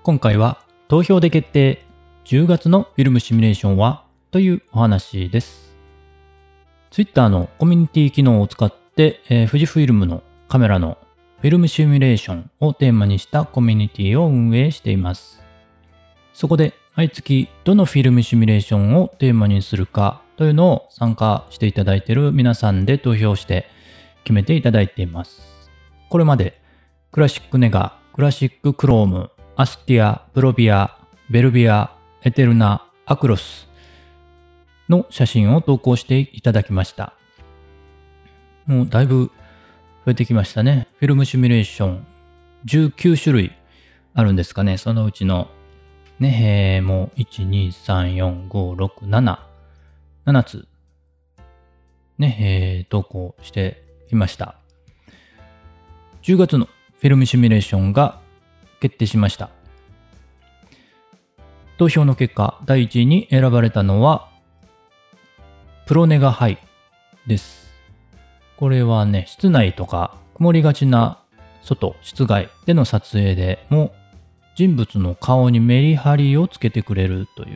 今回は投票で決定10月のフィルムシミュレーションはというお話です。Twitter のコミュニティ機能を使って、富士フイルムのカメラのフィルムシミュレーションをテーマにしたコミュニティを運営しています。そこで毎月どのフィルムシミュレーションをテーマにするかというのを参加していただいている皆さんで投票して決めていただいています。これまでクラシックネガ、クラシッククローム、アスティア、プロビア、ベルビア、エテルナ、アクロスの写真を投稿していただきました。もうだいぶ増えてきましたね。フィルムシミュレーション19種類あるんですかね。そのうちのね、もう1、2、3、4、5、6、7つね、投稿してきました。10月のフィルムシミュレーションが決定しました。投票の結果、第1位に選ばれたのはプロネガハイです。これはね、室内とか曇りがちな室外での撮影でも人物の顔にメリハリをつけてくれるという、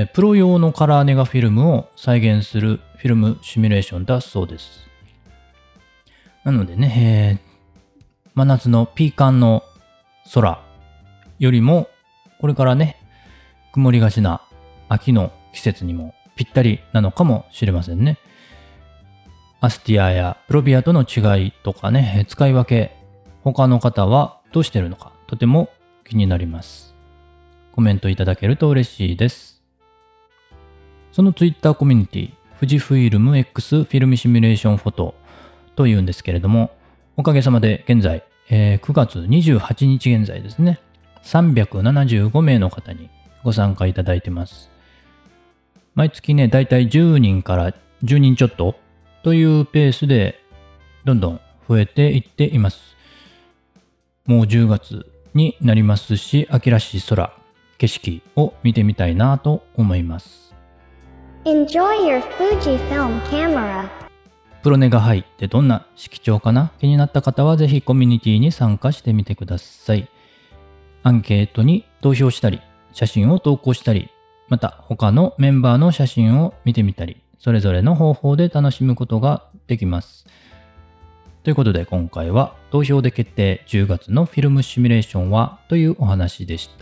プロ用のカラーネガフィルムを再現するフィルムシミュレーションだそうです。なのでね、真夏のピーカンの空よりもこれからね、曇りがちな秋の季節にもぴったりなのかもしれませんね。アスティアやプロビアとの違いとかね、使い分け、他の方はどうしているのか、とても気になります。コメントいただけると嬉しいです。その Twitter コミュニティ、富士フイルム X フィルムシミュレーションフォトというんですけれども、おかげさまで現在、9月28日現在ですね、375名の方にご参加いただいてます。毎月ね、だいたい10人から10人ちょっとというペースでどんどん増えていっています。もう10月になりますし、秋らしい空、景色を見てみたいなと思います。 Enjoy your Fujifilm camera. プロネガハイってどんな色調かな？気になった方はぜひコミュニティに参加してみてください。アンケートに投票したり、写真を投稿したり、また他のメンバーの写真を見てみたり、それぞれの方法で楽しむことができます。ということで今回は投票で決定10月のフィルムシミュレーションはというお話でした。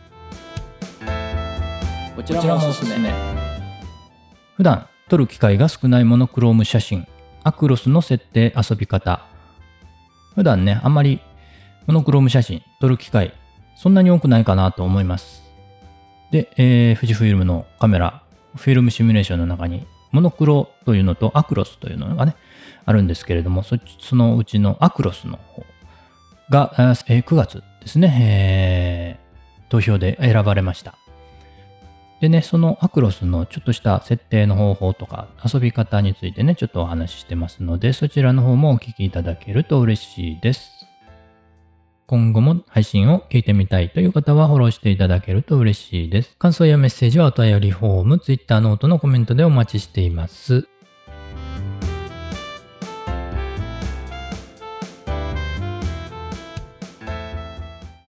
こちらもおすすめ。普段撮る機会が少ないモノクローム写真、アクロスの設定遊び方。普段ね、あんまりモノクローム写真撮る機会そんなに多くないかなと思います。で、富士フイルムのカメラ、フィルムシミュレーションの中にモノクロというのとアクロスというのがね、あるんですけれども、そのうちのアクロスの方が、9月ですね、投票で選ばれました。でね、そのアクロスのちょっとした設定の方法とか遊び方についてね、ちょっとお話ししてますので、そちらの方もお聞きいただけると嬉しいです。今後も配信を聞いてみたいという方はフォローしていただけると嬉しいです。感想やメッセージはお便りフォーム、Twitter ノートのコメントでお待ちしています。